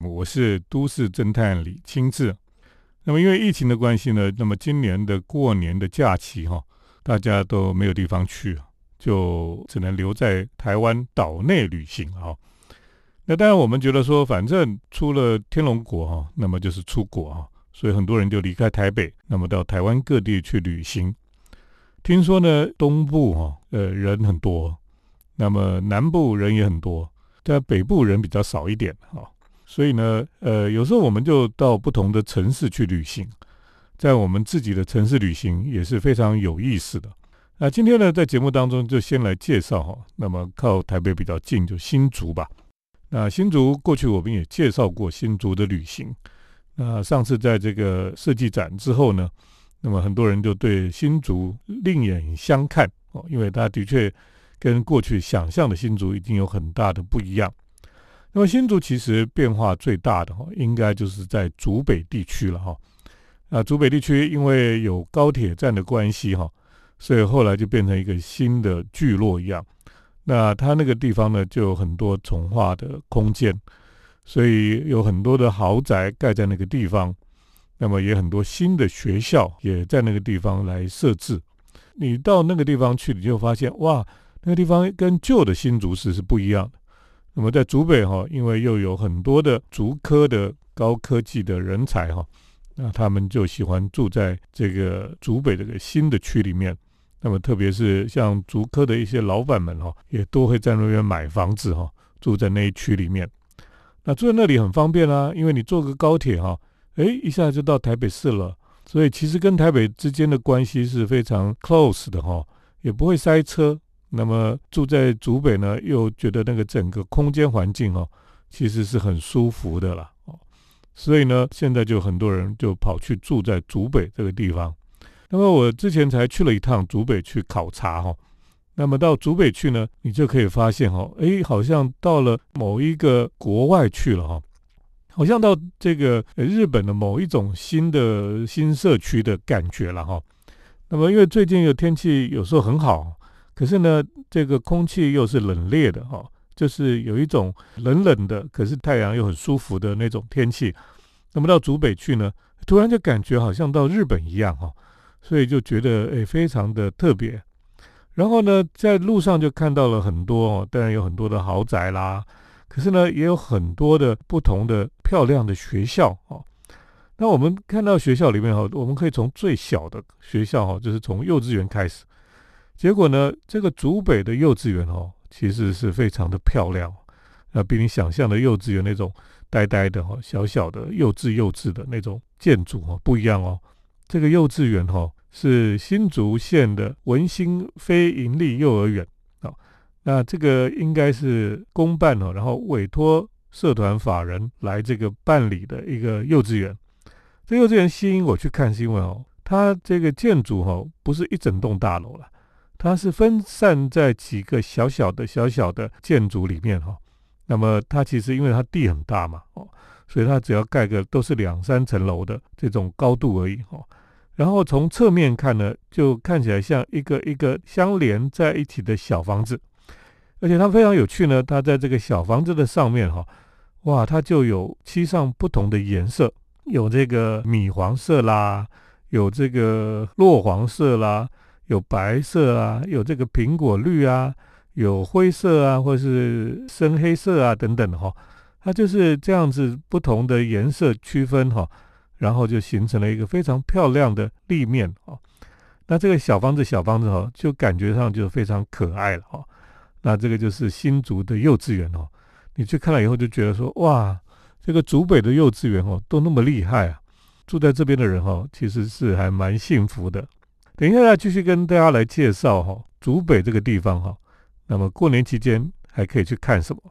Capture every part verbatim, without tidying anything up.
我是都市侦探李清志。那么因为疫情的关系呢，那么今年的过年的假期哈、哦，大家都没有地方去，就只能留在台湾岛内旅行哈、哦。那当然我们觉得说，反正出了天龙国哈、哦，那么就是出国哈、哦，所以很多人就离开台北，那么到台湾各地去旅行。听说呢，东部哈、哦，呃人很多，那么南部人也很多，但北部人比较少一点哈、哦。所以呢，呃，有时候我们就到不同的城市去旅行，在我们自己的城市旅行也是非常有意思的。那今天呢，在节目当中就先来介绍哈，那么靠台北比较近就新竹吧。那新竹过去我们也介绍过新竹的旅行。那上次在这个设计展之后呢，那么很多人就对新竹另眼相看哦，因为它的确跟过去想象的新竹已经有很大的不一样。那么新竹其实变化最大的应该就是在竹北地区了哈。那竹北地区因为有高铁站的关系哈，所以后来就变成一个新的聚落一样。那它那个地方呢，就有很多重化的空间，所以有很多的豪宅盖在那个地方。那么也很多新的学校也在那个地方来设置。你到那个地方去，你就发现哇，那个地方跟旧的新竹市是不一样的。那么在竹北哈，因为又有很多的竹科的高科技的人才哈，那他们就喜欢住在这个竹北这个新的区里面。那么特别是像竹科的一些老板们哈，也都会在那边买房子哈，住在那一区里面。那住在那里很方便啦、啊，因为你坐个高铁哈，哎，一下就到台北市了。所以其实跟台北之间的关系是非常 close 的哈，也不会塞车。那么住在竹北呢，又觉得那个整个空间环境哦，其实是很舒服的啦哦。所以呢，现在就很多人就跑去住在竹北这个地方。那么我之前才去了一趟竹北去考察哈、哦。那么到竹北去呢，你就可以发现哈、哦，哎，好像到了某一个国外去了哈、哦，好像到这个日本的某一种新的新社区的感觉了哈、哦。那么因为最近的天气有时候很好。可是呢，这个空气又是冷冽的哈、哦，就是有一种冷冷的，可是太阳又很舒服的那种天气。那么到竹北去呢，突然就感觉好像到日本一样哈、哦，所以就觉得诶非常的特别。然后呢，在路上就看到了很多哦，当然有很多的豪宅啦，可是呢，也有很多的不同的漂亮的学校哦。那我们看到学校里面哈、哦，我们可以从最小的学校哈、哦，就是从幼稚园开始。结果呢，这个竹北的幼稚园哦，其实是非常的漂亮，那比你想象的幼稚园那种呆呆的哈、小小的幼稚幼稚的那种建筑哦不一样哦。这个幼稚园哦是新竹县的文心非营利幼儿园哦，那这个应该是公办哦，然后委托社团法人来这个办理的一个幼稚园。这幼稚园吸引我去看是因为哦，它这个建筑哦不是一整栋大楼了。它是分散在几个小小的小小的建筑里面哈、哦，那么它其实因为它地很大嘛哦，所以它只要盖个都是两三层楼的这种高度而已哦。然后从侧面看呢，就看起来像一个一个相连在一起的小房子，而且它非常有趣呢。它在这个小房子的上面哈、哦，哇，它就有漆上不同的颜色，有这个米黄色啦，有这个落黄色啦。有白色啊，有这个苹果绿啊，有灰色啊，或是深黑色啊等等的哈、哦，它就是这样子不同的颜色区分哈、哦，然后就形成了一个非常漂亮的立面哦。那这个小房子小房子哈，就感觉上就非常可爱了哈、哦。那这个就是新竹的幼稚园哦，你去看了以后就觉得说哇，这个竹北的幼稚园哦都那么厉害啊，住在这边的人哦其实是还蛮幸福的。等一下来继续跟大家来介绍哈、哦、竹北这个地方哈、哦，那么过年期间还可以去看什么？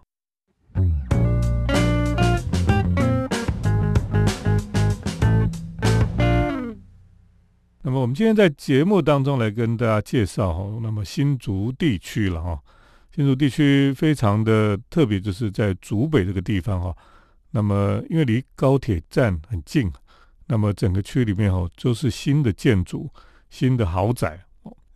那么我们今天在节目当中来跟大家介绍哈、哦，那么新竹地区了哈、哦，新竹地区非常的特别，就是在竹北这个地方哈、哦，那么因为离高铁站很近，那么整个区里面哈、哦、就是新的建筑。新的豪宅，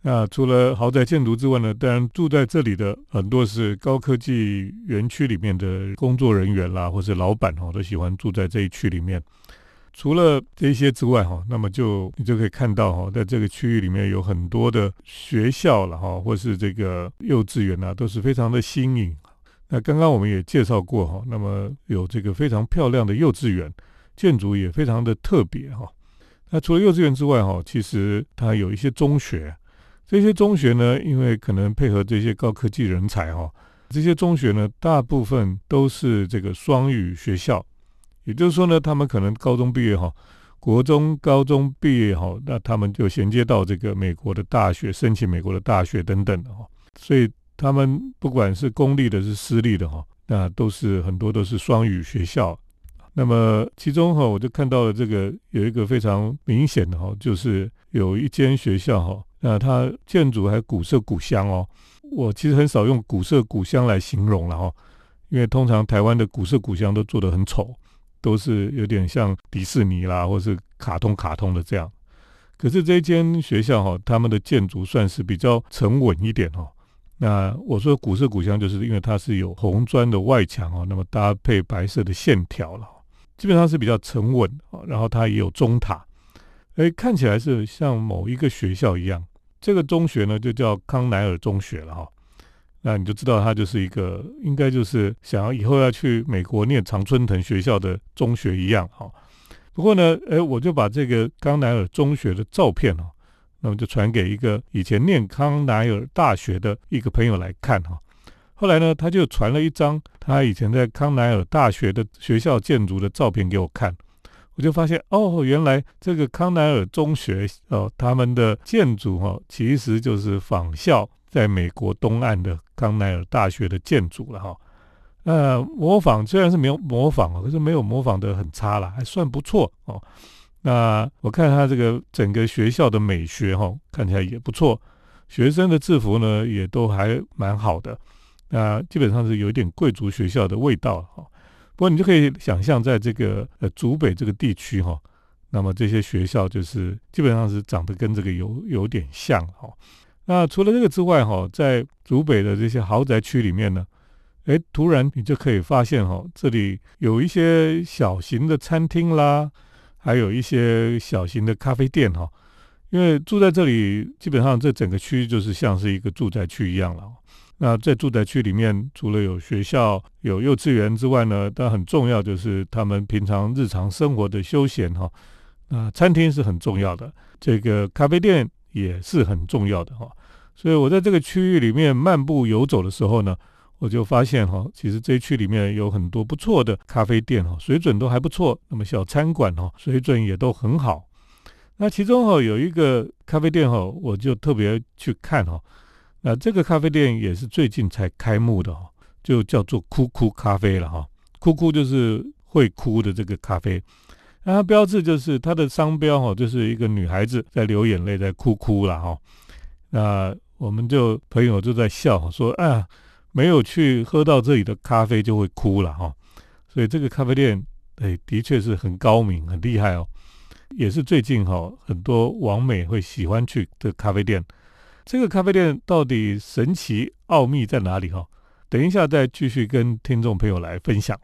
那除了豪宅建筑之外呢，当然住在这里的很多是高科技园区里面的工作人员啦，或是老板哦，都喜欢住在这一区里面。除了这些之外哈，那么就你就可以看到哈，在这个区域里面有很多的学校了哈，或是这个幼稚园啊，都是非常的新颖。那刚刚我们也介绍过哈，那么有这个非常漂亮的幼稚园，建筑也非常的特别哈。那除了幼稚园之外哈，其实它有一些中学。这些中学呢，因为可能配合这些高科技人才哈，这些中学呢，大部分都是这个双语学校，也就是说呢，他们可能高中毕业哈，国中、高中毕业哈，那他们就衔接到这个美国的大学，申请美国的大学等等的哈，所以他们不管是公立的，是私立的哈，那都是很多都是双语学校。那么其中哈，我就看到了这个有一个非常明显的哈，就是有一间学校哈。那它建筑还古色古香哦，我其实很少用古色古香来形容了哈，因为通常台湾的古色古香都做得很丑，都是有点像迪士尼啦，或是卡通卡通的这样。可是这间学校哈，他们的建筑算是比较沉稳一点哈。那我说古色古香，就是因为它是有红砖的外墙哦，那么搭配白色的线条了，基本上是比较沉稳，然后它也有钟塔，哎，看起来是像某一个学校一样。这个中学呢，就叫康乃尔中学了哈。那你就知道它就是一个，应该就是想要以后要去美国念常春藤学校的中学一样哈。不过呢，哎，我就把这个康乃尔中学的照片哈，那么就传给一个以前念康乃尔大学的一个朋友来看哈。后来呢，他就传了一张他以前在康乃尔大学的学校建筑的照片给我看。我就发现哦，原来这个康乃尔中学哦，他们的建筑哈、哦，其实就是仿效在美国东岸的康乃尔大学的建筑了哈。呃，模仿虽然是没有模仿哦，可是没有模仿的很差啦，还算不错哦。那我看他这个整个学校的美学哈、哦，看起来也不错，学生的制服呢也都还蛮好的。那基本上是有一点贵族学校的味道哈、哦。不过你就可以想象，在这个呃竹北这个地区哈、哦，那么这些学校就是基本上是长得跟这个有有点像哈、哦。那除了这个之外哈、哦，在竹北的这些豪宅区里面呢，哎，突然你就可以发现哈、哦，这里有一些小型的餐厅啦，还有一些小型的咖啡店哈、哦。因为住在这里，基本上这整个区就是像是一个住宅区一样了、哦。那在住宅区里面，除了有学校、有幼稚园之外呢，但很重要就是他们平常日常生活的休闲哈。那餐厅是很重要的，这个咖啡店也是很重要的哈。所以我在这个区域里面漫步游走的时候呢，我就发现哈，其实这一区里面有很多不错的咖啡店哈，水准都还不错。那么小餐馆哈，水准也都很好。那其中哈有一个咖啡店哈，我就特别去看哈。那这个咖啡店也是最近才开幕的哈，就叫做哭哭咖啡了哈。哭哭就是会哭的这个咖啡，那它标志就是它的商标哈，就是一个女孩子在流眼泪在哭哭了哈。那我们就朋友就在笑说啊，没有去喝到这里的咖啡就会哭了哈。所以这个咖啡店哎，的确是很高明很厉害哦，也是最近哈很多网美会喜欢去的咖啡店。这个咖啡店到底神奇奥秘在哪里哈？等一下再继续跟听众朋友来分享。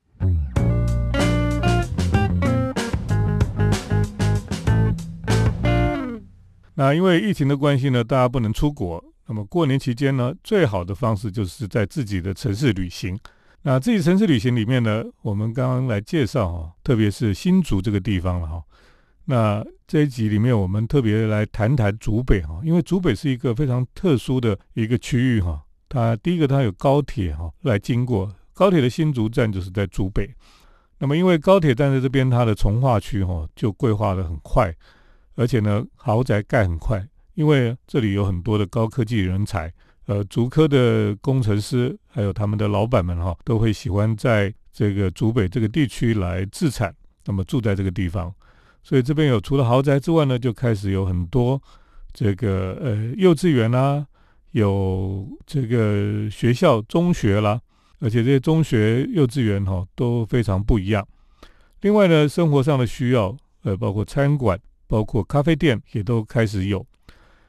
那因为疫情的关系呢，大家不能出国。那么过年期间呢，最好的方式就是在自己的城市旅行。那自己城市旅行里面呢，我们刚刚来介绍哈，特别是新竹这个地方了哈。那这一集里面，我们特别来谈谈竹北哈，因为竹北是一个非常特殊的一个区域哈。它第一个，它有高铁哈来经过，高铁的新竹站就是在竹北。那么因为高铁站在这边，它的从化区哈就规划得很快，而且呢豪宅盖很快，因为这里有很多的高科技人才，呃，竹科的工程师还有他们的老板们哈，都会喜欢在这个竹北这个地区来置产，那么住在这个地方。所以这边有除了豪宅之外呢，就开始有很多这个呃幼稚园啦，有这个学校中学啦，而且这些中学幼稚园哈、哦、都非常不一样。另外呢，生活上的需要，呃，包括餐馆，包括咖啡店也都开始有。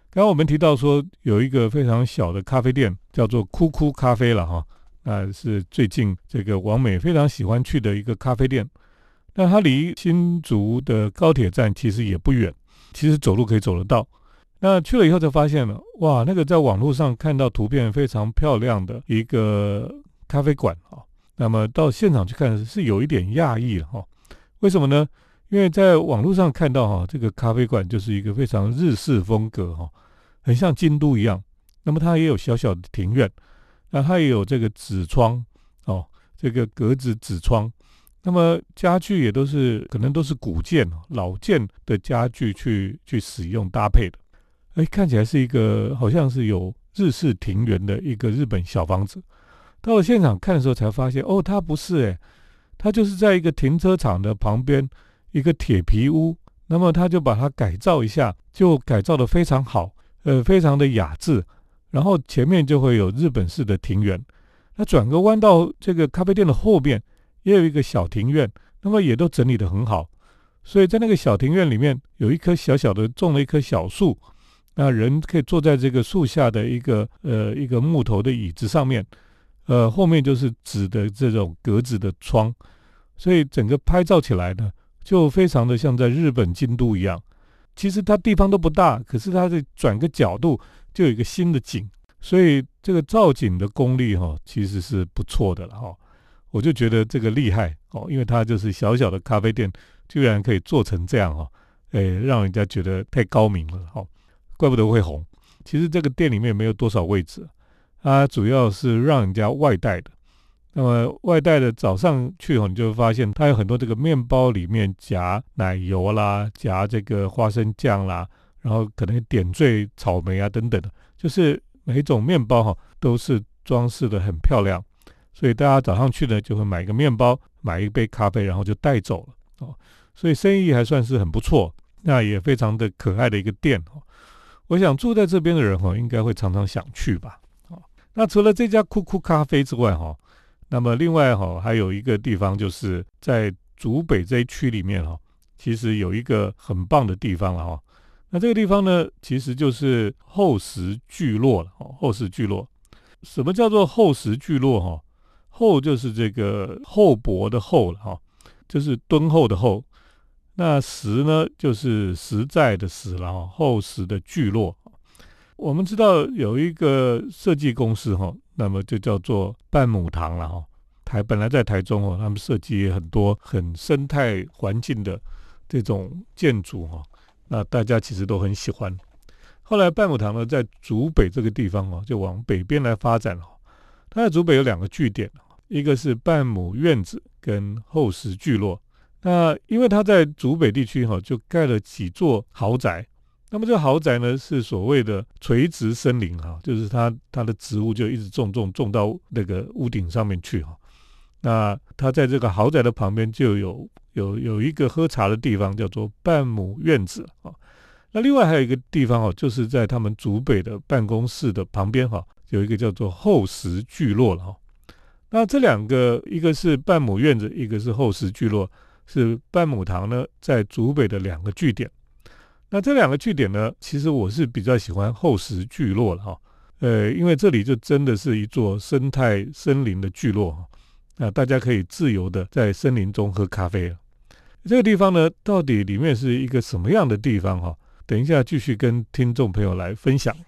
刚刚我们提到说有一个非常小的咖啡店叫做哭哭咖啡了哈，那是最近这个网美非常喜欢去的一个咖啡店。那它离新竹的高铁站其实也不远，其实走路可以走得到。那去了以后才发现了，哇，那个在网络上看到图片非常漂亮的一个咖啡馆啊，那么到现场去看是有一点讶异了哈。为什么呢？因为在网络上看到哈，这个咖啡馆就是一个非常日式风格哈，很像京都一样。那么它也有小小的庭院，那它也有这个纸窗哦，这个格子纸窗。那么家具也都是可能都是古建老建的家具去去使用搭配的。哎，看起来是一个好像是有日式庭园的一个日本小房子。到了现场看的时候才发现，哦，它不是哎，它就是在一个停车场的旁边一个铁皮屋，那么他就把它改造一下，就改造得非常好，呃，非常的雅致。然后前面就会有日本式的庭园，那转个弯到这个咖啡店的后面也有一个小庭院，那么也都整理得很好。所以在那个小庭院里面有一棵小小的种了一棵小树。那人可以坐在这个树下的一个呃一个木头的椅子上面，呃后面就是纸的这种格子的窗，所以整个拍照起来呢，就非常的像在日本京都一样。其实它地方都不大，可是它的转个角度就有一个新的景，所以这个造景的功力哈、哦、其实是不错的了哈、哦。我就觉得这个厉害哦，因为它就是小小的咖啡店，居然可以做成这样哈、哦，哎，让人家觉得太高明了哈。哦，怪不得会红。其实这个店里面没有多少位置，它主要是让人家外带的。那么外带的早上去后，你就会发现它有很多这个面包里面夹奶油啦，夹这个花生酱啦，然后可能点缀草莓啊等等的，就是每一种面包哈都是装饰的很漂亮。所以大家早上去呢，就会买一个面包，买一杯咖啡，然后就带走了哦。所以生意还算是很不错，那也非常的可爱的一个店哦。我想住在这边的人哈，应该会常常想去吧。哦，那除了这家酷酷咖啡之外哈，那么另外哈还有一个地方就是在竹北这一区里面哈，其实有一个很棒的地方了哈。那这个地方呢，其实就是厚实聚落了。哦，厚实聚落，什么叫做厚实聚落哈？厚就是这个厚薄的厚了哈，就是敦厚的厚。那实呢，就是实在的实了哈，厚实的聚落。我们知道有一个设计公司哈，那么就叫做半亩堂了哈。台本来在台中哦，他们设计很多很生态环境的这种建筑哈，那大家其实都很喜欢。后来半亩堂呢，在竹北这个地方哦，就往北边来发展哦。它在竹北有两个据点，一个是半亩院子跟厚实聚落。那因为他在竹北地区哈，就盖了几座豪宅。那么这个豪宅呢，是所谓的垂直森林哈，就是它它的植物就一直种种种到那个屋顶上面去哈。那它在这个豪宅的旁边就有有有一个喝茶的地方，叫做半亩院子啊。那另外还有一个地方哈，就是在他们竹北的办公室的旁边哈，有一个叫做厚实聚落了哈。那这两个，一个是半亩院子，一个是厚实聚落。是半亩堂呢，在竹北的两个据点。那这两个据点呢，其实我是比较喜欢厚实聚落了哈，呃，因为这里就真的是一座生态森林的聚落哈，那大家可以自由的在森林中喝咖啡了。这个地方呢，到底里面是一个什么样的地方哈？等一下继续跟听众朋友来分享。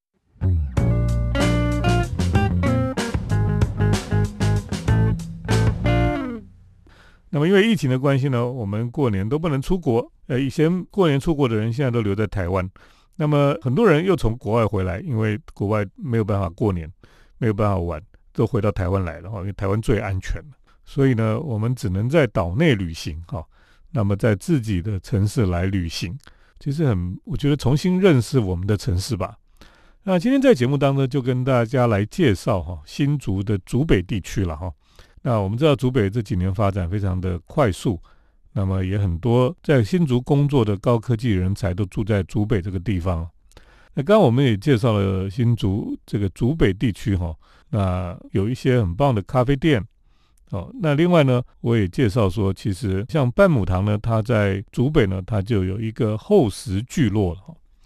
那么因为疫情的关系呢，我们过年都不能出国。呃，以前过年出国的人，现在都留在台湾。那么很多人又从国外回来，因为国外没有办法过年，没有办法玩，都回到台湾来了哈，因为台湾最安全了。所以呢，我们只能在岛内旅行哈。那么在自己的城市来旅行，其实很，我觉得重新认识我们的城市吧。那今天在节目当中就跟大家来介绍哈新竹的竹北地区了哈。那我们知道竹北这几年发展非常的快速，那么也很多在新竹工作的高科技人才都住在竹北这个地方。那刚刚我们也介绍了新竹这个竹北地区哈，那有一些很棒的咖啡店哦。那另外呢，我也介绍说，其实像半亩堂呢，它在竹北呢，它就有一个厚实聚落了哈。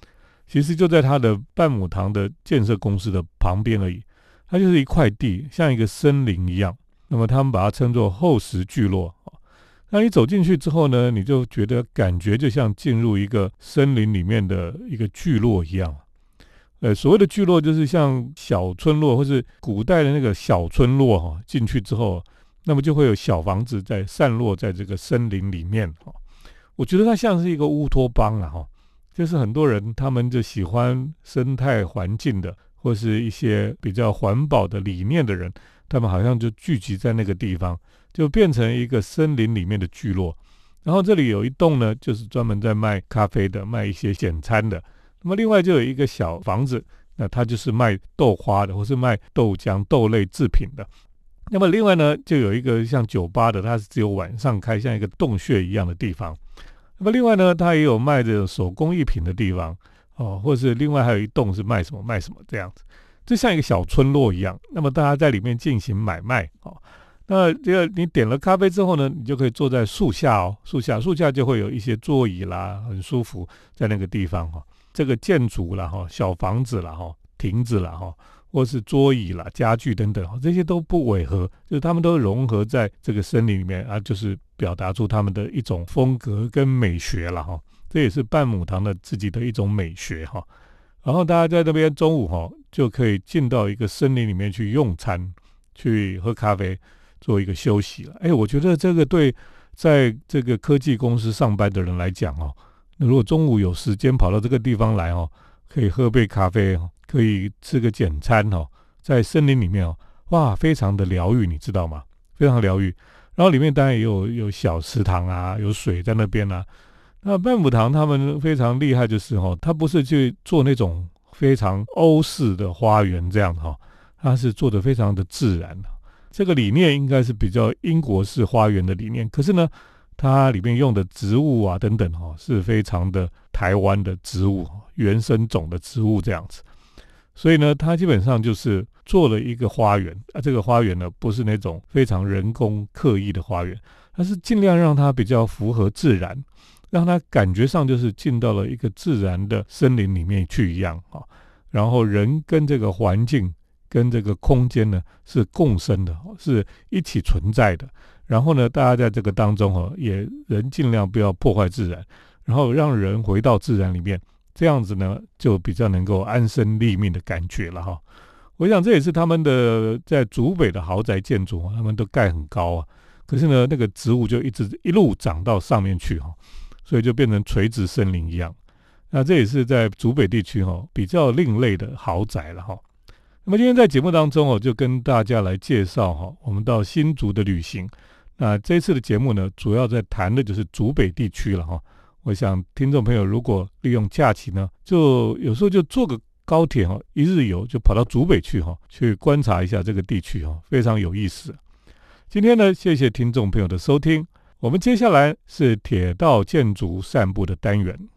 其实就在它的半亩堂的建设公司的旁边而已，它就是一块地，像一个森林一样。那么他们把它称作厚实聚落。那你走进去之后呢，你就觉得感觉就像进入一个森林里面的一个聚落一样。呃，所谓的聚落就是像小村落或是古代的那个小村落哈，进去之后，那么就会有小房子在散落在这个森林里面哈。我觉得它像是一个乌托邦啊哈，就是很多人他们就喜欢生态环境的，或是一些比较环保的理念的人，他们好像就聚集在那个地方，就变成一个森林里面的聚落。然后这里有一栋呢，就是专门在卖咖啡的，卖一些简餐的。那么另外就有一个小房子，那它就是卖豆花的，或是卖豆浆、豆类制品的。那么另外呢，就有一个像酒吧的，它是只有晚上开，像一个洞穴一样的地方。那么另外呢，它也有卖这种手工艺品的地方哦，或是另外还有一栋是卖什么卖什么这样子，就像一个小村落一样。那么大家在里面进行买卖哦。那这个你点了咖啡之后呢，你就可以坐在树下哦，树下树下就会有一些座椅啦，很舒服，在那个地方哈、哦。这个建筑啦哈，小房子啦哈，亭子啦哈，或是桌椅啦、家具等等，这些都不违和，就是他们都融合在这个森林里面啊，就是表达出他们的一种风格跟美学啦哈。这也是半亩堂的自己的一种美学哈。然后大家在那边中午哈，就可以进到一个森林里面去用餐，去喝咖啡，做一个休息了。哎，我觉得这个对在这个科技公司上班的人来讲哦。如果中午有时间跑到这个地方来哦，可以喝杯咖啡哦，可以吃个简餐哦，在森林里面哦，哇，非常的疗愈，你知道吗？非常疗愈。然后里面当然也有有小池塘啊，有水在那边啊。那半亩堂他们非常厉害，就是哦，他不是去做那种非常欧式的花园这样哈、哦，他是做的非常的自然。这个理念应该是比较英国式花园的理念，可是呢，它里面用的植物啊等等哈、哦，是非常的台湾的植物，原生种的植物这样子。所以呢，它基本上就是做了一个花园啊。这个花园呢，不是那种非常人工刻意的花园，它是尽量让它比较符合自然，让它感觉上就是进到了一个自然的森林里面去一样啊。然后人跟这个环境跟这个空间呢是共生的，是一起存在的。然后呢，大家在这个当中哦，也人尽量不要破坏自然，然后让人回到自然里面，这样子呢，就比较能够安身立命的感觉了哈。我想这也是他们的在竹北的豪宅建筑，他们都盖很高啊，可是呢，那个植物就一直一路长到上面去哈，所以就变成垂直森林一样。那这也是在竹北地区哈比较另类的豪宅了哈。那么今天在节目当中哦，就跟大家来介绍哈，我们到新竹的旅行。那这一次的节目呢，主要在谈的就是竹北地区了哈。我想听众朋友如果利用假期呢，就有时候就坐个高铁哈，一日游就跑到竹北去哈，去观察一下这个地区哈，非常有意思。今天呢，谢谢听众朋友的收听。我们接下来是铁道建筑散步的单元。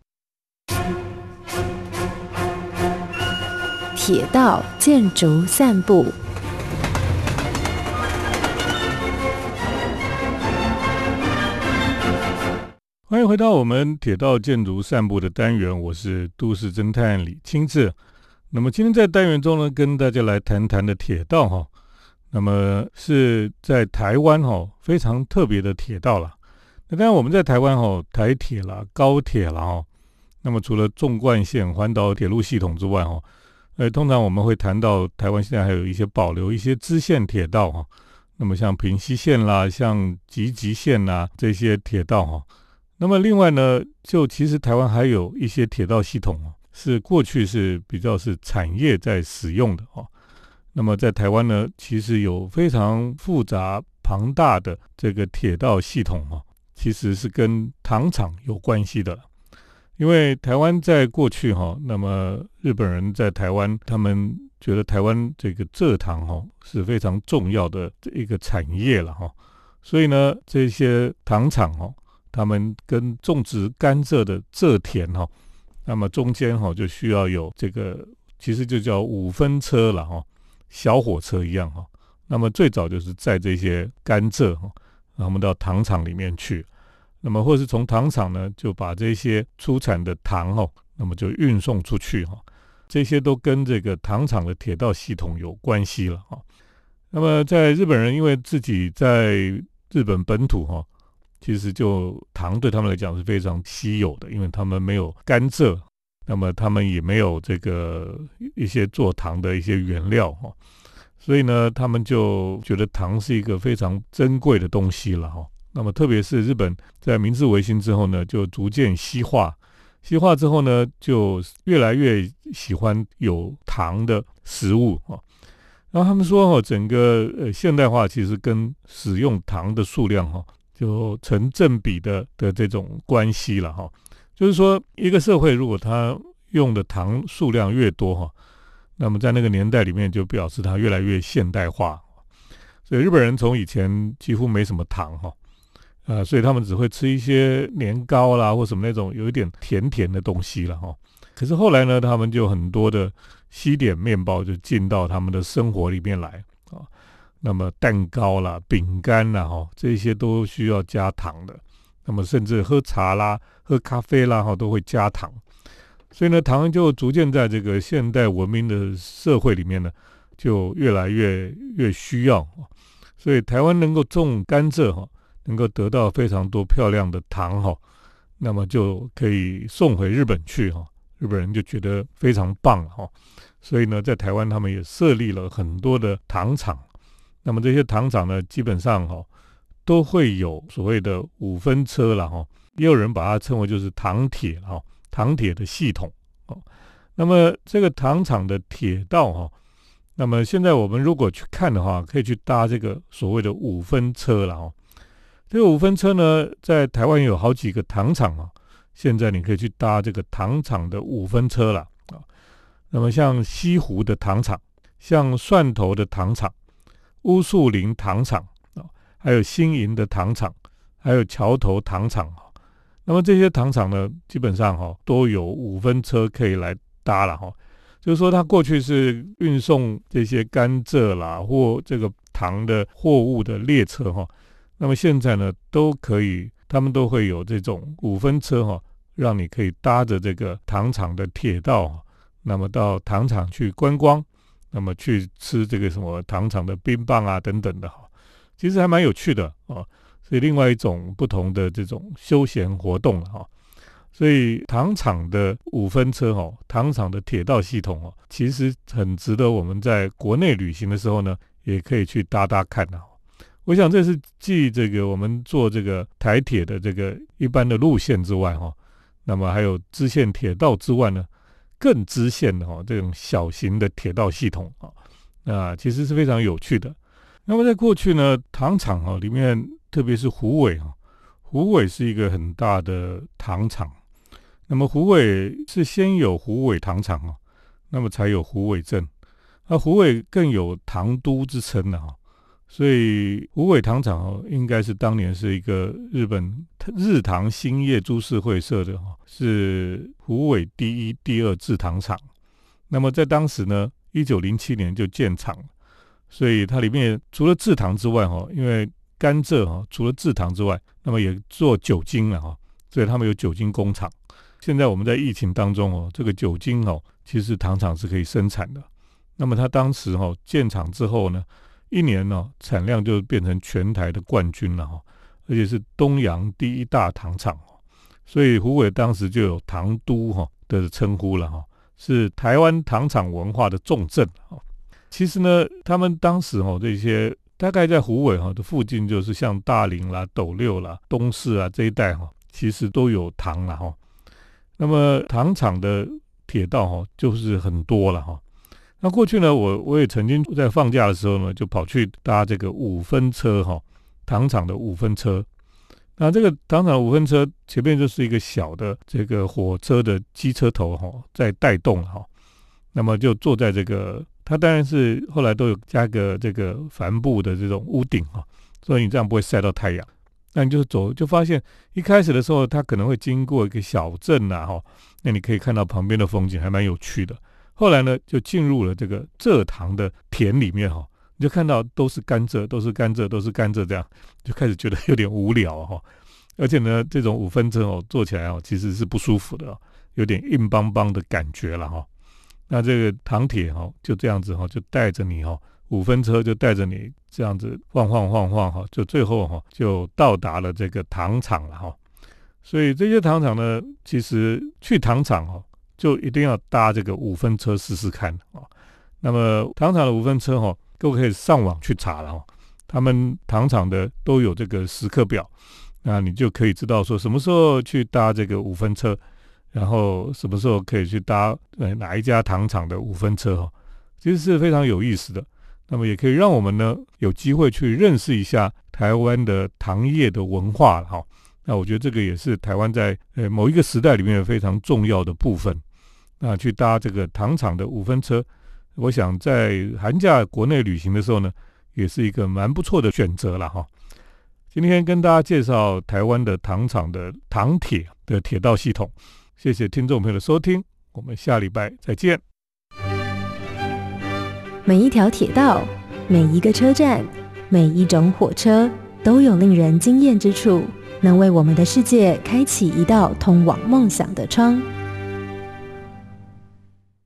铁道建筑散步。 欢迎回到我们铁道建筑散步的单元，我是都市侦探李清志。那么今天在单元中呢，跟大家来谈谈的铁道哈，那么是在台湾哈非常特别的铁道啦。那当然我们在台湾哈，台铁啦、高铁啦哈，那么除了纵贯线环岛铁路系统之外哈，呃，通常我们会谈到台湾现在还有一些保留一些支线铁道哈，那么像平溪线啦、像集集线啦这些铁道哈。那么另外呢，就其实台湾还有一些铁道系统哦，是过去是比较是产业在使用的哦。那么在台湾呢，其实有非常复杂庞大的这个铁道系统哦，其实是跟糖厂有关系的。因为台湾在过去哈、哦，那么日本人在台湾，他们觉得台湾这个蔗糖哈、哦、是非常重要的一个产业了哈、哦，所以呢，这些糖厂哈、哦。他们跟种植甘蔗的蔗田哈，那么中间哈就需要有这个，其实就叫五分车了哈，小火车一样哈。那么最早就是载这些甘蔗哈，他们到糖厂里面去，那么或是从糖厂呢就把这些出产的糖哈， 那么就运送出去哈。这些都跟这个糖厂的铁道系统有关系了哈。那么在日本人因为自己在日本本土哈，其实就糖对他们来讲是非常稀有的，因为他们没有甘蔗，那么他们也没有这个一些做糖的一些原料哈，所以呢，他们就觉得糖是一个非常珍贵的东西了哈。那么特别是日本在明治维新之后呢，就逐渐西化。西化之后呢，就越来越喜欢有糖的食物啊。然后他们说哦，整个呃现代化其实跟使用糖的数量哈，就成正比的的这种关系了哈。就是说，一个社会如果它用的糖数量越多哈，那么在那个年代里面就表示它越来越现代化。所以日本人从以前几乎没什么糖哈。啊，所以他们只会吃一些年糕啦，或什么那种有一点甜甜的东西了哈。可是后来呢，他们就很多的西点面包就进到他们的生活里面来啊。那么蛋糕啦、饼干啦哈，这些都需要加糖的。那么甚至喝茶啦、喝咖啡啦哈，都会加糖。所以呢，糖就逐渐在这个现代文明的社会里面呢，就越来越越需要。所以台湾能够种甘蔗哈，能够得到非常多漂亮的糖哈，那么就可以送回日本去哈，日本人就觉得非常棒哈，所以呢，在台湾他们也设立了很多的糖厂，那么这些糖厂呢，基本上哈都会有所谓的五分车了哈，也有人把它称为就是糖铁哈，糖铁的系统哦。那么这个糖厂的铁道哈，那么现在我们如果去看的话，可以去搭这个所谓的五分车了哈。这个五分车呢，在台湾有好几个糖厂啊，现在你可以去搭这个糖厂的五分车了啊。那么像西湖的糖厂，像蒜头的糖厂、乌树林糖厂啊，还有新营的糖厂，还有桥头糖厂啊。那么这些糖厂呢，基本上哈、啊、都有五分车可以来搭了哈、啊。就是说，它过去是运送这些甘蔗啦或这个糖的货物的列车哈、啊。那么现在呢，都可以，他们都会有这种五分车哈、哦，让你可以搭着这个糖厂的铁道，那么到糖厂去观光，那么去吃这个什么糖厂的冰棒啊等等的哈，其实还蛮有趣的啊，所以另外一种不同的这种休闲活动了哈。所以糖厂的五分车哈、哦，糖厂的铁道系统哦，其实很值得我们在国内旅行的时候呢，也可以去搭搭看的。我想这是继这个我们做这个台铁的这个一般的路线之外哈，那么还有支线铁道之外呢，更支线的哈这种小型的铁道系统啊，那其实是非常有趣的。那么在过去呢，糖厂哈里面，特别是虎尾哈，虎尾是一个很大的糖厂。那么虎尾是先有虎尾糖厂啊，那么才有虎尾镇。那虎尾更有糖都之称的哈。所以虎尾糖厂哦，应该是当年是一个日本日糖兴业株式会社的哈，是虎尾第一、第二制糖厂。那么在当时呢，一九零七年就建厂，所以它里面除了制糖之外哈，因为甘蔗哈，除了制糖之外，那么也做酒精了哈，所以他们有酒精工厂。现在我们在疫情当中哦，这个酒精哦，其实糖厂是可以生产的。那么它当时哈建厂之后呢，一年呢、哦、产量就变成全台的冠军了哈，而且是东洋第一大糖厂，所以虎尾当时就有糖都哈的称呼了哈，是台湾糖厂文化的重镇哈。其实呢，他们当时哈这些大概在虎尾哈的附近，就是像大林啦、斗六啦、东势啊这一带哈，其实都有糖了哈。那么糖厂的铁道哈就是很多了哈。那过去呢，我我也曾经在放假的时候呢，就跑去搭这个五分车哈，糖厂的五分车。那这个糖厂五分车前面就是一个小的这个火车的机车头哈，在带动哈。那么就坐在这个，它当然是后来都有加个这个帆布的这种屋顶哈，所以你这样不会晒到太阳。那你就走，就发现一开始的时候，它可能会经过一个小镇啊哈，那你可以看到旁边的风景，还蛮有趣的。后来呢，就进入了这个蔗糖的田里面哈，你就看到都是甘蔗，都是甘蔗，都是甘蔗，这样就开始觉得有点无聊哈。 而且呢，这种五分车哦，坐起来哦，其实是不舒服的、哦，有点硬邦邦的感觉了哈、哦。那这个糖铁哈、哦，就这样子哈、哦，就带着你哈、哦，五分车就带着你这样子晃晃晃晃哈、哦，就最后哈、哦、就到达了这个糖厂了哈、哦。所以这些糖厂呢，其实去糖厂哦，就一定要搭这个五分车试试看哦。那么糖厂的五分车哦，都可以上网去查了哦。他们糖厂的都有这个时刻表。那你就可以知道说什么时候去搭这个五分车，然后什么时候可以去搭呃哪一家糖厂的五分车哦，其实是非常有意思的。那么也可以让我们呢有机会去认识一下台湾的糖业的文化哈、哦。那我觉得这个也是台湾在呃某一个时代里面非常重要的部分。那去搭这个糖厂的五分车，我想在寒假国内旅行的时候呢，也是一个蛮不错的选择了哈、哦。今天跟大家介绍台湾的糖厂的糖铁的铁道系统，谢谢听众朋友的收听，我们下礼拜再见。 每一条铁道，每一个车站，每一种火车，都有令人惊艳之处，能为我们的世界开启一道通往梦想的窗。